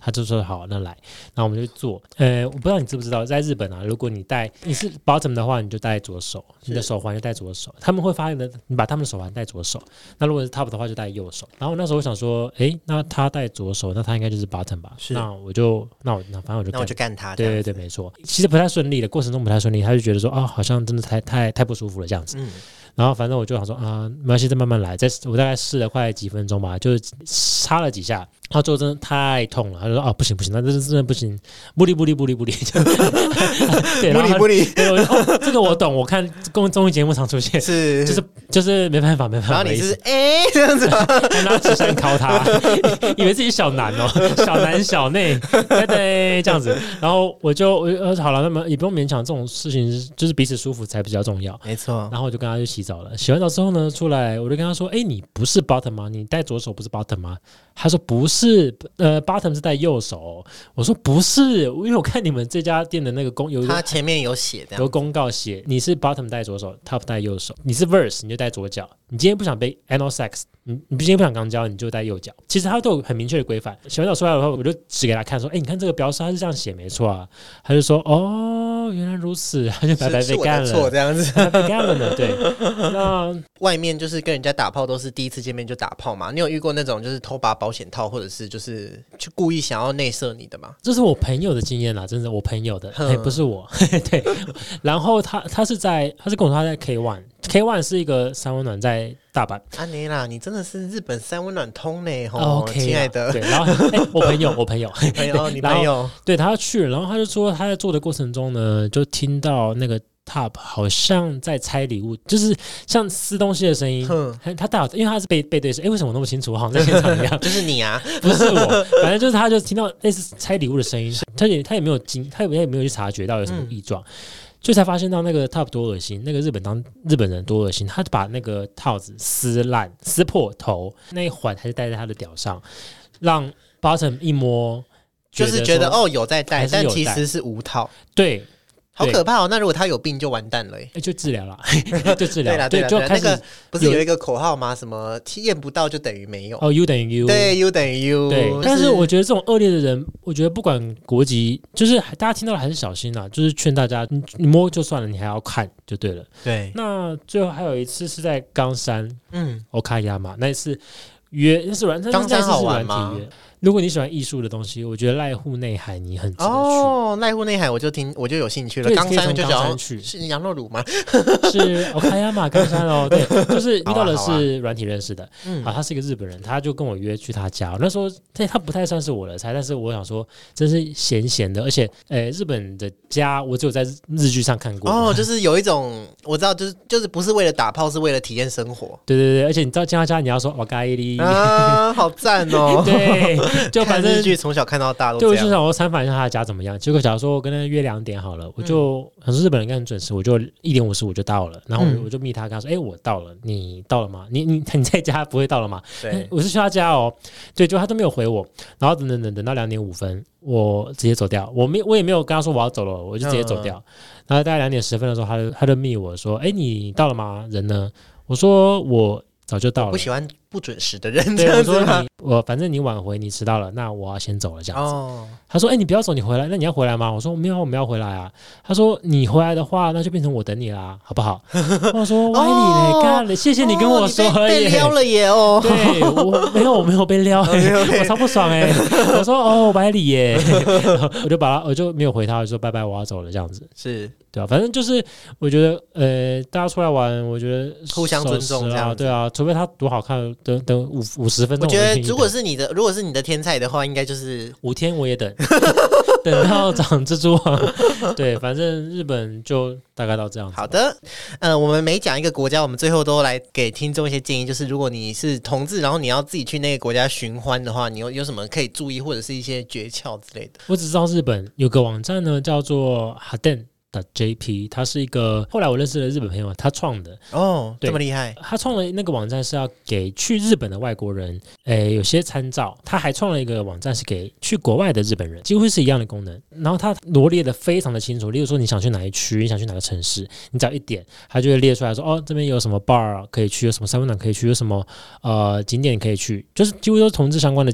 他就说好，那来，然后我们就做。呃，我不知道你知不知道，在日本啊，如果你戴你是 bottom 的话，你就戴左手，你的手环就戴左手。他们会发现的，你把他们的手环戴左手。那如果是 top 的话，就戴右手。然后那时候我想说，哎，那他戴左手，那他应该就是 bottom 吧？那我就那我那反正我就那我就干他。 对对对，没错。其实不太顺利的过程中不太顺利，他就觉得说啊、哦，好像真的太太太不舒服了这样子。嗯。然后反正我就想说啊，没关系，再慢慢来。再我大概试了快几分钟吧，就插了几下，然后最后真的太痛了。他就说啊，不行不行，那这真的不行，不离不离不离不离。对， 不离不离。 对，我哦，这个我懂，我看公综艺节目常出现， 是就是就是没办法没办法。 然后你是哎、欸、这样子， 还拿纸扇敲他，以为自己小男哦，小男小内，对对，这样子。然后我就我呃好了，那么也不用勉强，这种事情就是彼此舒服才比较重要， 没错。 然后我就跟他去洗澡了，洗完澡之后呢，出来我就跟他说：“哎、欸，你不是 bottom 吗？你戴左手不是 bottom 吗？”他说：“不是，呃 ，bottom 是戴右手。”我说：“不是，因为我看你们这家店的那个公有一个， 他前面有写的， 有公告写你是 bottom 戴左手 ，top 戴右手，你是 verse 你就戴左脚，你今天不想被 anal sex， 你你今天不想肛交，你就戴右脚。其实他都有很明确的规范。洗完澡出来的话，我就指给他看说：‘哎、欸，你看这个标识，他是这样写，没错啊。’他就说：‘哦，原来如此。’他就白白被干了， 错这样子， 白白被干了呢。对，那外面就是跟人家打炮都是第一次见面就打炮嘛？你有遇过那种就是偷拔保险套，或者是就是就故意想要内射你的吗？ 这是我朋友的经验啦，真的，我朋友的，欸、不是我。对，然后他他是在他是跟我说他在 K One。K One 是一个三温暖在大阪。 安妮啦，你真的是日本三温暖通呢，吼， 哦 okay 亲爱的。 对，然后、欸、我朋友，我朋友， 朋友，你朋友， 对，他要去了，然后他就说他在做的过程中呢，就听到那个 top 好像在拆礼物，就是像撕东西的声音。他大，因为他是背背对声，哎、欸，为什么我那么清楚？好像在现场一样。 就是你啊， 不是我，反正就是他就听到类似拆礼物的声音，他也他也没有惊，他也没有去察觉到有什么异状。嗯，就才发现到那个 top 多恶心，那个日本当日本人多恶心，他把那个套子撕烂、撕破头，那一环还是戴在他的屌上，让 bottom 一摸， 就是觉得哦有在戴，但其实是无套。 对。 好可怕哦！那如果他有病就完蛋了耶， 欸、就治疗了，就治疗。 对啦，对啦，就开始、那个、不是有一个口号吗？什么验不到就等于没有哦 ，U 等于 U， 对 ，U 等于 U。 对，但是我觉得这种恶劣的人，我觉得不管国籍，就是大家听到了还是小心啦，就是劝大家，你你摸就算了，你还要看就对了。 对。 那最后还有一次是在冈山，嗯，欧卡亚嘛，那一次约那是软， 冈山好玩吗？ 如果你喜欢艺术的东西，我觉得濑户内海你很值得去。 哦，濑户内海我就听我就有兴趣了。冈山就想去，是羊肉卤吗？ 是欧卡亚马冈山哦，对，就是遇到的是软体认识的，啊，啊他是一个日本人，他就跟我约去他家。那时候他他不太算是我的菜，但是我想说真是咸咸的，而且呃日本的家我只有在日剧上看过。 哦，就是有一种我知道，就是就是不是为了打炮，是为了体验生活。 对对对，而且你知道进他家你要说瓦嘎伊哩啊，好赞哦， 对。就反正日剧从小看到大都这样， 对，我就想我参访一下他的家怎么样。结果假如说我跟他约两点好了，我就很说日本人应该很准时，我就一点五十五就到了，然后我就、嗯、我就密他跟他说，哎、欸，我到了，你到了吗？你你你在家不会到了吗？ 对， 我是去他家哦，对，就他都没有回我，然后等等等等到两点五分，我直接走掉，我没我也没有跟他说我要走了，我就直接走掉。嗯、然后大概两点十分的时候，他就他就密我说，哎、欸，你到了吗？人呢？我说我早就到了。 不喜欢不准时的人， 对，我说你我反正你晚回，你迟到了，那我要先走了这样子。哦、他说：“哎、欸，你不要走，你回来，那你要回来吗？”我说：“没有，我们要回来啊。”他说：“你回来的话，那就变成我等你啦，好不好？”我说：“歪你嘞，干了，谢谢你跟我说。哦” 被撩了耶哦！ 对，我没有，我没有被撩、欸， okay, okay 我超不爽哎、欸！我说：“哦，歪你耶！”我就把他，我就没有回他，我就说：“拜拜，我要走了。”这样子是。 对啊，反正就是我觉得，呃，大家出来玩，我觉得互相尊重这样。 对啊，除非他多好看，等等五五十分钟。 我觉得如果是你的，如果是你的天菜的话，应该就是五天我也等，等到长蜘蛛网。对，反正日本就大概到这样子。 好的，呃，我们每讲一个国家，我们最后都来给听众一些建议，就是如果你是同志，然后你要自己去那个国家寻欢的话，你有有什么可以注意，或者是一些诀窍之类的？ 我只知道日本有个网站呢，叫做 Haden。J P， 他是一个后来我认识的日本朋友，他创的哦，这么厉害。 他创的那个网站是要给去日本的外国人，诶，有些参照。他还创了一个网站是给去国外的日本人，几乎是一样的功能。然后他罗列的非常的清楚，例如说你想去哪一区，你想去哪个城市，你只要一点，他就会列出来说，哦，这边有什么 bar 可以去，有什么三温暖可以去，有什么呃景点可以去，就是几乎都是同志相关的景点。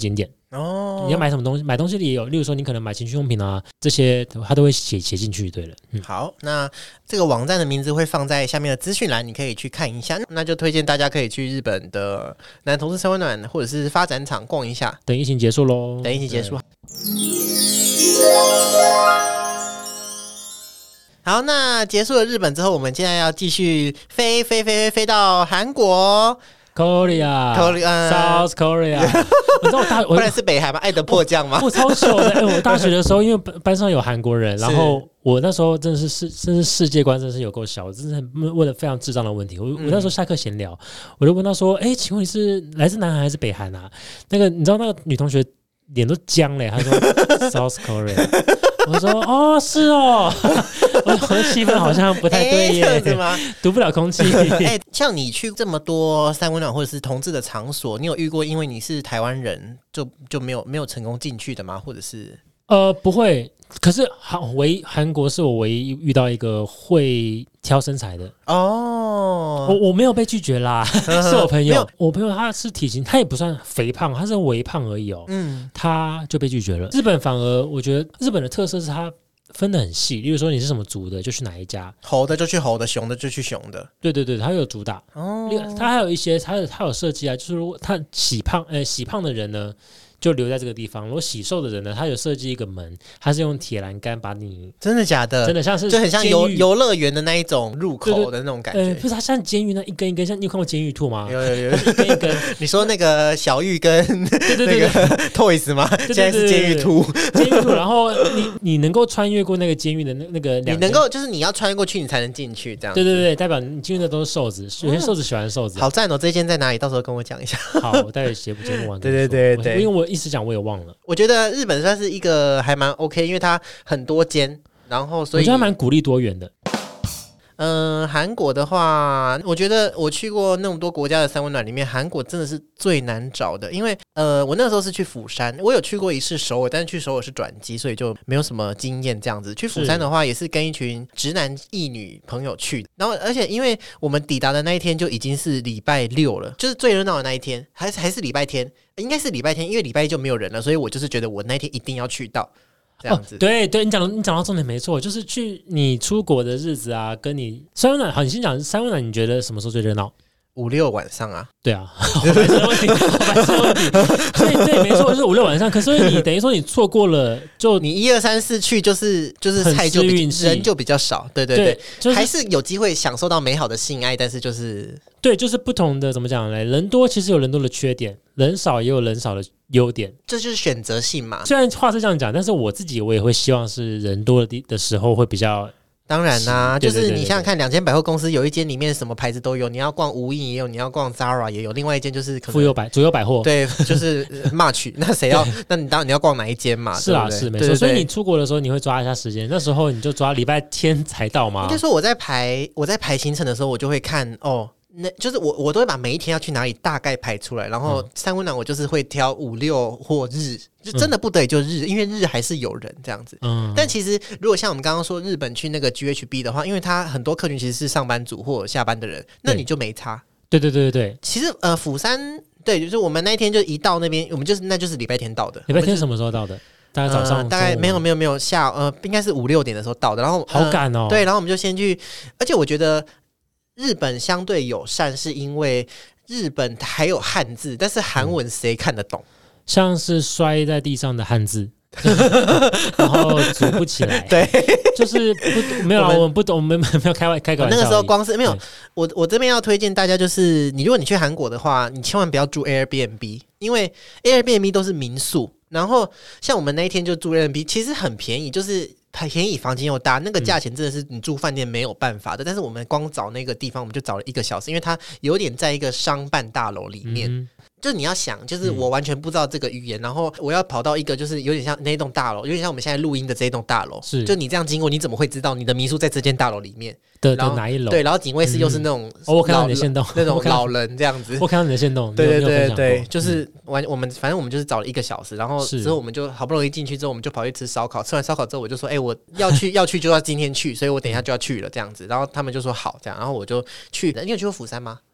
哦，你要买什么东西，买东西里也有，例如说你可能买情趣用品啊，这些它都会写写进去。对了、 嗯，好，那这个网站的名字会放在下面的资讯栏，你可以去看一下。那就推荐大家可以去日本的男同志三温暖或者是发展场逛一下。 等疫情结束咯， 等疫情结束。好，那结束了日本之后，我们现在要继续飞飞飞飞飞到韩国。 Korea, Korea, South Korea 你知道我大不然是北韩吗？爱的迫降吗？ 我超糗的、欸、我大学的时候因为班上有韩国人，然后我那时候真的是世真是世界观真的是有够小，真的问了非常智障的问题。 我, 我那时候下课闲聊，我就问他说哎、欸，请问你是来自南韩还是北韩啊？那个你知道那个女同学脸都僵了、欸、她说 South Korea 我说哦是哦我的气氛好像不太对耶、 欸、吗？ 读不了空气、 欸、像你去这么多三温暖或者是同志的场所，你有遇过因为你是台湾人就就没有没有成功进去的吗？或者是呃不会，可是韩唯韩国是我唯一遇到一个会挑身材的哦，我我没有被拒绝啦是我朋友，我朋友他是体型，他也不算肥胖，他是微胖而已哦，嗯，他就被拒绝了。日本反而我觉得日本的特色是他分得很细，例如说你是什么族的就去哪一家， 猴的就去猴的，熊的就去熊的， 对对对，他有主打哦，他还有一些他有他有设计啊，就是如果他喜胖呃喜胖的人呢就留在这个地方，如果喜瘦的人呢，他有设计一个门，他是用铁栏杆把你， 真的假的？ 真的像是就很像游游乐园的那一种入口的那种感觉。 呃，不是，它像监狱那一根一根，像你有看过监狱兔吗？ 有有有， 一根一根。 你说那个小玉跟对对对那个 Toys 吗？现在是监狱兔， 监狱兔。然后你你能够穿越过那个监狱的那那个， 你能够就是你要穿越过去，你才能进去，这样。 对对对，代表你进去的都是瘦子，有些瘦子喜欢瘦子。 好赞哦！这间在哪里？到时候跟我讲一下。 好，我待会节目节目完。 对对对对， 因为我一时讲我也忘了。 我觉得日本算是一个还蛮 OK， 因为它很多间，然后所以我觉得蛮鼓励多元的。 嗯、呃，韩国的话，我觉得我去过那么多国家的三温暖里面，韩国真的是最难找的，因为呃，我那个时候是去釜山，我有去过一次首尔，但是去首尔是转机，所以就没有什么经验这样子。去釜山的话，也是跟一群直男异女朋友去，然后而且因为我们抵达的那一天就已经是礼拜六了，就是最热闹的那一天，还是还是礼拜天，应该是礼拜天，因为礼拜一就没有人了，所以我就是觉得我那一天一定要去到。这样子， 哦、对对，你讲你讲到重点没错，就是去你出国的日子啊，跟你三温暖好，你先讲三温暖，你觉得什么时候最热闹？ 五六晚上啊， 对啊，白色的问题，白色的问题，所以对，没错，就是五六晚上。可是你等于说你错过了，就你一二三四去，就是就是菜就人就比较少，对对 对, 对、就是，还是有机会享受到美好的性爱，但是就是对，就是不同的怎么讲呢？人多其实有人多的缺点，人少也有人少的优点， 这就是选择性嘛。 虽然话是这样讲，但是我自己我也会希望是人多的的时候会比较。 当然啦、啊，就是你想想看，两间百货公司有一间里面什么牌子都有，你要逛无印也有，你要逛 Zara 也有，另外一间就是妇幼百左右百货， 对，就是 March 那谁要？那你当然你要逛哪一间嘛？ 是啊，是没错。所以你出国的时候你会抓一下时间，那时候你就抓礼拜天才到吗？ 应该说我在排我在排行程的时候，我就会看哦。那就是我，我都会把每一天要去哪里大概排出来，然后三温暖我就是会挑五六或日，就真的不得已就日，因为日还是有人这样子。嗯，但其实如果像我们刚刚说日本去那个 G H B 的话，因为它很多客群其实是上班族或者下班的人，那你就没差。 对对对对对， 其实呃釜山对，就是我们那一天就一到那边，我们就是那就是礼拜天到的。 礼拜天什么时候到的？大概早上、呃、 大概没有没有没有下呃应该是五六点的时候到的，然后好赶哦、 呃。对，然后我们就先去，而且我觉得。日本相对友善，是因为日本还有汉字，但是韩文谁看得懂？ 像是摔在地上的汉字，然后组不起来。 对， 就是不没有啦，我们不懂，我们没有开玩开个玩笑。 那个时候光是没有，我我这边要推荐大家，就是你如果你去韩国的话，你千万不要住 Airbnb， 因为 Airbnb 都是民宿。然后像我们那一天就住 Airbnb， 其实很便宜，就是便宜，房间又大，那个价钱真的是你住饭店没有办法的。嗯、但是我们光找那个地方，我们就找了一个小时，因为它有点在一个商办大楼里面。嗯，就是你要想，就是我完全不知道这个语言，嗯、然后我要跑到一个就是有点像那栋大楼，有点像我们现在录音的这一栋大楼。是，就你这样经过，你怎么会知道你的民宿在这间大楼里面的的哪一楼？ 对，然后警卫室又是那种、 嗯哦、我看到你的限动， 那种老人这样子。 我看到你的限动， 对对对对，就是完我们反正我们就是找了一个小时，然后之后我们就好不容易进去之后，我们就跑去吃烧烤。吃完烧烤之后，我就说：“哎、欸，我要去要去就要今天去，所以我等一下就要去了这样子。”然后他们就说好这样，然后我就去。你有去过釜山吗？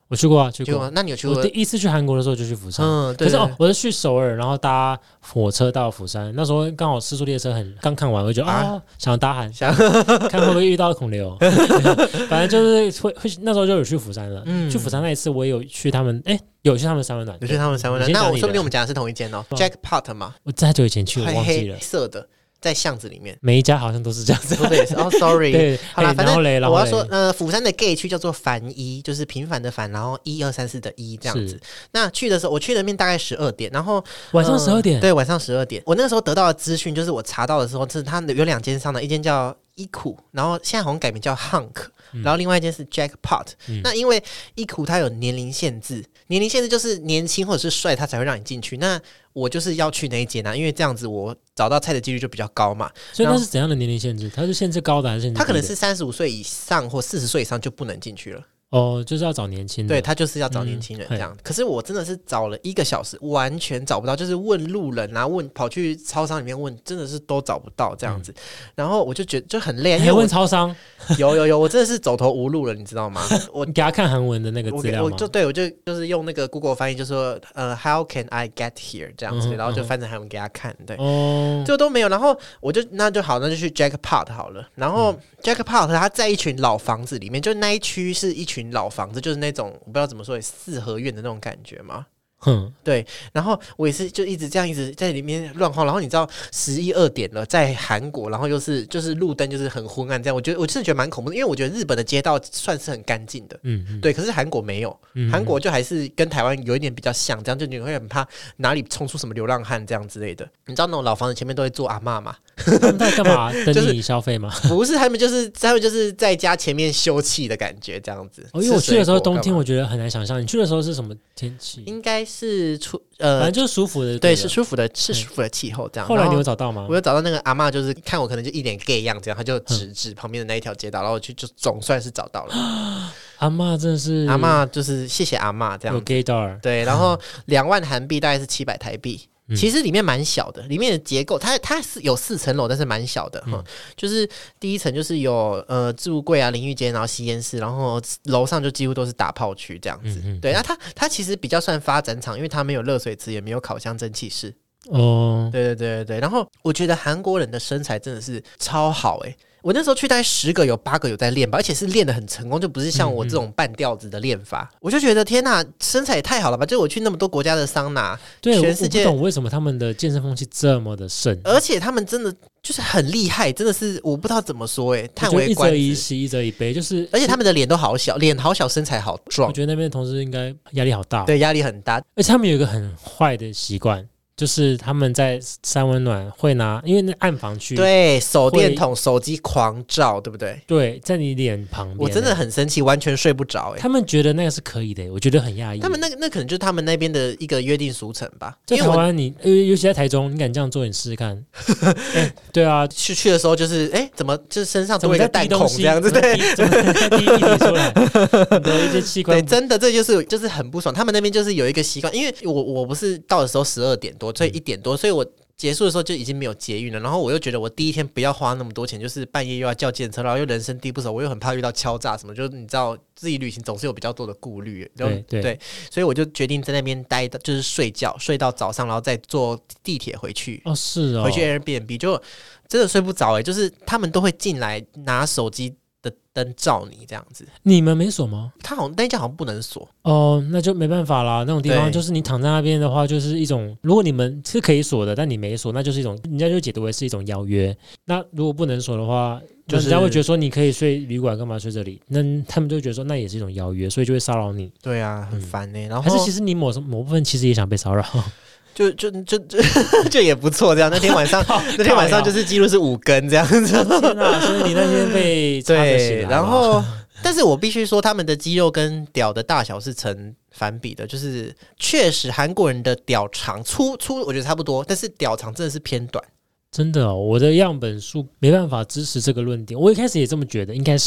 我去过啊，去过。 去过那你有去过？ 我第一次去韩国的时候就去釜山，嗯，对对对，可是哦，我是去首尔，然后搭火车到釜山。那时候刚好失速列车很刚看完，我就觉得啊、哦，想搭韩，想看会不会遇到孔刘。反正就是会会那时候就有去釜山了。嗯，去釜山那一次我也有去他们，哎，有去他们三温暖， 有去他们三温暖。那我说不定我们讲的是同一间哦 ，Jackpot 嘛。 我在久以前去，我忘记了， 黑色的。在巷子里面， 每一家好像都是这样子。 对，哦 ，sorry， 对， 好啦，反正我要说， 呃， 釜山的 gay 区叫做凡一，就是平凡的凡，然后一二三四的一这样子。那去的时候，我去的面大概十二点，然后晚上十二点、呃， 对，晚上十二点。我那个时候得到的资讯就是，我查到的时候，是它有两间商的，一间叫伊库，然后现在好像改名叫 Hunk，、嗯、然后另外一间是 Jackpot、嗯。那因为伊库它有年龄限制，年龄限制就是年轻或者是帅，它才会让你进去。那我就是要去那一间啊，因为这样子我找到菜的几率就比较高嘛。 所以它是怎样的年龄限制？它是限制高的还是限制低的？ 它可能是三十五岁以上或四十岁以上就不能进去了。 哦，就是要找年轻的， 对，他就是要找年轻人这样、嗯。可是我真的是找了一个小时，完全找不到，就是问路人啊，问跑去超商里面问，真的是都找不到这样子。嗯、然后我就觉得就很累，因为问超商， 有有有，我真的是走投无路了，你知道吗？我你给他看韩文的那个资料吗？ 我, 我就对我就就是用那个 Google 翻译，就说呃 How can I get here 这样子，嗯、然后就翻成韩文给他看，对，哦，就都没有。然后我就那就好，那就去 Jackpot 好了。然后、嗯、Jackpot 它在一群老房子里面，就那一区是一群老房子，就是那种我不知道怎么说，四合院的那种感觉嘛。嗯，对，然后我也是就一直这样一直在里面乱晃，然后你知道十一二点了，在韩国，然后又是就是路灯就是很昏暗，这样我觉得我真的觉得蛮恐怖的，因为我觉得日本的街道算是很干净的，嗯, 嗯，对，可是韩国没有，韩、嗯、国就还是跟台湾有一点比较像，这样就你会很怕哪里冲出什么流浪汉这样之类的。你知道那种老房子前面都会坐阿嬷吗？ 他们在干嘛？等你消费吗？ 不是，他们就是他们就是在家前面休憩的感觉，这样子。 哦，因为我去的时候冬天，我觉得很难想象。你去的时候是什么天气？ 应该是出呃， 反正就是舒服的， 对，是舒服的，是舒服的气候这样。 后来你有找到吗？ 我有找到那个阿嬷，就是看我可能就一脸 gay 样这样，他就指指旁边的那一条街道，然后我去就总算是找到了。 阿嬷真的是阿嬷，就是谢谢阿嬷这样。 有 gay 道， 对，然后两万韩币大概是七百台币。嗯、其实里面蛮小的，里面的结构它它是有四层楼，但是蛮小的哈、嗯。就是第一层就是有呃置物柜啊、淋浴间，然后吸烟室，然后楼上就几乎都是打炮区这样子。嗯嗯对，那它它其实比较算发展场，因为它没有热水池，也没有烤箱蒸汽室。哦，对对对对对。然后我觉得韩国人的身材真的是超好哎、欸。我那时候去大概十个有八个有在练吧，而且是练得很成功，就不是像我这种半吊子的练法。嗯、我就觉得天哪，身材也太好了吧！就我去那么多国家的桑拿， 对， 全世界我不懂为什么他们的健身风气这么的盛， 而且他们真的就是很厉害，真的是我不知道怎么说哎、欸，叹为观止。 一则以喜，一则以悲，就是而且他们的脸都好小，脸好小，身材好壮。 我觉得那边的同事应该压力好大， 对，压力很大。 而且他们有一个很坏的习惯。就是他们在三温暖会拿，因为那暗房区， 对，手电筒、手机狂照，对不对？ 对，在你脸旁边， 我真的很生气，完全睡不着、欸。 他们觉得那个是可以的、欸，我觉得很压抑。 他们那个那可能就是他们那边的一个约定俗成吧。 在台湾你，你尤其在台中，你敢这样做，你试试看。欸、对啊， 去去的时候就是，哎、欸，怎么就是身上多一个弹孔这样子？对， 怎么在滴一滴出来？你的一些器官， 对，真的这就是就是很不爽。他们那边就是有一个习惯，因为我我不是到的时候十二点多，所以一点多。所以我结束的时候就已经没有捷运了，然后我又觉得我第一天不要花那么多钱，就是半夜又要叫计程车，然后又人生地不熟，我又很怕遇到敲诈什么，就是你知道自己旅行总是有比较多的顾虑， 对 对, 对，所以我就决定在那边待，就是睡觉，睡到早上，然后再坐地铁回去。 哦，是哦， 回去 Airbnb 就真的睡不着哎、欸，就是他们都会进来拿手机的灯照你这样子。 你们没锁吗？ 他好像那家好像不能锁哦，那就没办法啦。那种地方就是你躺在那边的话，就是一种如果你们是可以锁的，但你没锁，那就是一种人家就解读为是一种邀约。那如果不能锁的话，就是人家会觉得说你可以睡旅馆，干嘛睡这里？那他们就会觉得说那也是一种邀约，所以就会骚扰你。 对啊，很烦呢、欸。然后还是其实你某某部分其实也想被骚扰。 就就就就就也不错，这样那天晚上那天晚上就是记录是五根这样子， 天哪！所以你那天被插着血了， 然后，但是我必须说，他们的肌肉跟屌的大小是成反比的，就是确实韩国人的屌长粗粗，我觉得差不多，但是屌长真的是偏短。 真的哦，我的样本数没办法支持这个论点。我一开始也这么觉得，应该是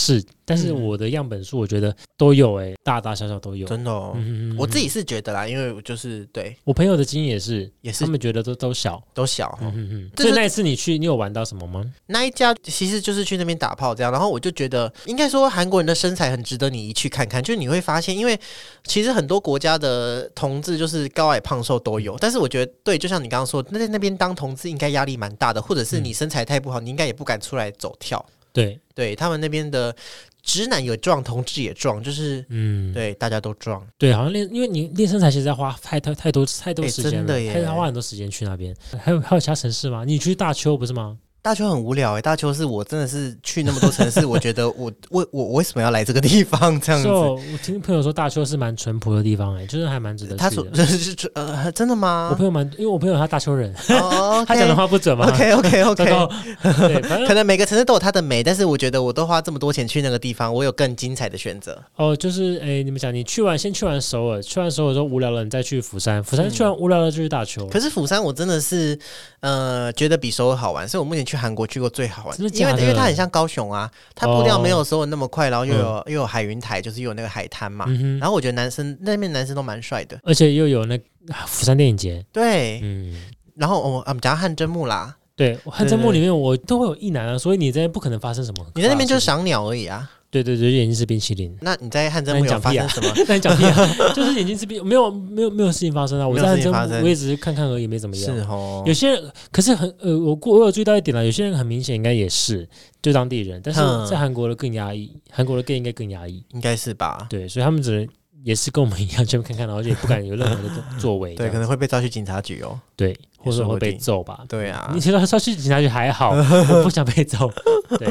但是我的样本数我觉得都有哎、欸，大大小小都有， 真的哦。嗯、我自己是觉得啦，因为我就是对我朋友的经验也是， 也是他们觉得都都小， 都小。嗯嗯嗯。所以那一次你去，你有玩到什么吗？ 那一家其实就是去那边打炮这样，然后我就觉得，应该说韩国人的身材很值得你一去看看，就是你会发现，因为其实很多国家的同志就是高矮胖瘦都有，但是我觉得对，就像你刚刚说，那在那边当同志应该压力蛮大的，或者是你身材太不好，你应该也不敢出来走跳。 对， 对他们那边的直男有壮，同志也壮，就是嗯，对，大家都壮。 对，好像练，因为你练身材其实要花太太太多太多时间了， 欸、真的耶， 还要花很多时间去那边。还有还有其他城市吗？你去大邱不是吗？ 大邱很无聊哎、欸，大邱是我真的是去那么多城市，我觉得我我我我为什么要来这个地方这样子？ so, 我听朋友说大邱是蛮淳朴的地方哎、欸，就是还蛮值得去的。 他说呃真的吗？ 我朋友蛮，因为我朋友他大邱人， 哦 okay, 他讲的话不准吗 ？OK OK OK， 对，反正可能每个城市都有它的美，但是我觉得我都花这么多钱去那个地方，我有更精彩的选择。 哦，就是哎，你们讲你去完先去完首尔，去完首尔之后无聊了，你再去釜山，釜山去完无聊了就去大邱、嗯。 可是釜山我真的是呃觉得比首尔好玩，所以我目前去韩国去过最好。 真的假的？ 因为因为它很像高雄啊，它步调没有首尔那么快，然后又有、嗯、又有海云台，就是又有那个海滩嘛、嗯。然后我觉得男生那边男生都蛮帅的， 而且又有那釜山电影节。 对，嗯。然后我们讲到汗蒸木啦， 对，汗蒸木里面我都会有一男啊，所以你在那边不可能发生什么。 你在那边就是赏鸟而已啊。 对对对，眼睛是冰淇淋。 那你在汗蒸木有发生什么？ 那你讲屁啊！就是眼睛是冰，没有没有没有事情发生啊！我在汗蒸木，我也只是看看而已，没怎么样。 是哦。 有些人可是很呃，我我有注意到一点啦，有些人很明显应该也是就当地人，但是在韩国的更压抑，韩国的 gay 应该更压抑， 应该是吧？ 对，所以他们只能也是跟我们一样，就看看，然后也不敢有任何的作为。 对，可能会被抓去警察局哦。 对，或者会被揍吧。 对啊， 你提到抓去警察局还好，我不想被揍。对。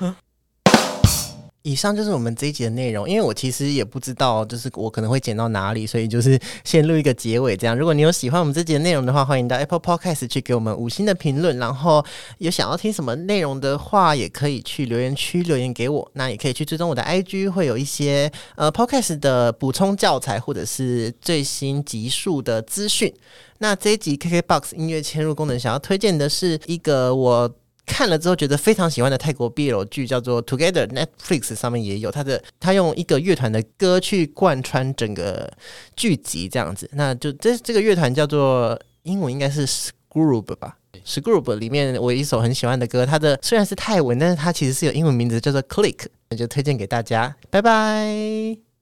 以上就是我们这一集的内容，因为我其实也不知道就是我可能会剪到哪里，所以就是先录一个结尾这样。如果你有喜欢我们这集的内容的话，欢迎到 Apple Podcast 去给我们五星的评论，然后有想要听什么内容的话也可以去留言区留言给我，那也可以去追踪我的 I G， 会有一些呃 Podcast 的补充教材或者是最新集数的资讯。那这一集 K K B O X 音乐嵌入功能想要推荐的是一个我看了之后觉得非常喜欢的泰国 B L 剧，叫做 Together， Netflix 上面也有他的，他用一个乐团的歌去贯穿整个剧集这样子。那就这这个乐团叫做英文应该是 Scroob 吧， Scroob 里面我有一首很喜欢的歌，它的虽然是泰文，但是它其实是有英文名字叫做 Click， 那就推荐给大家，拜拜。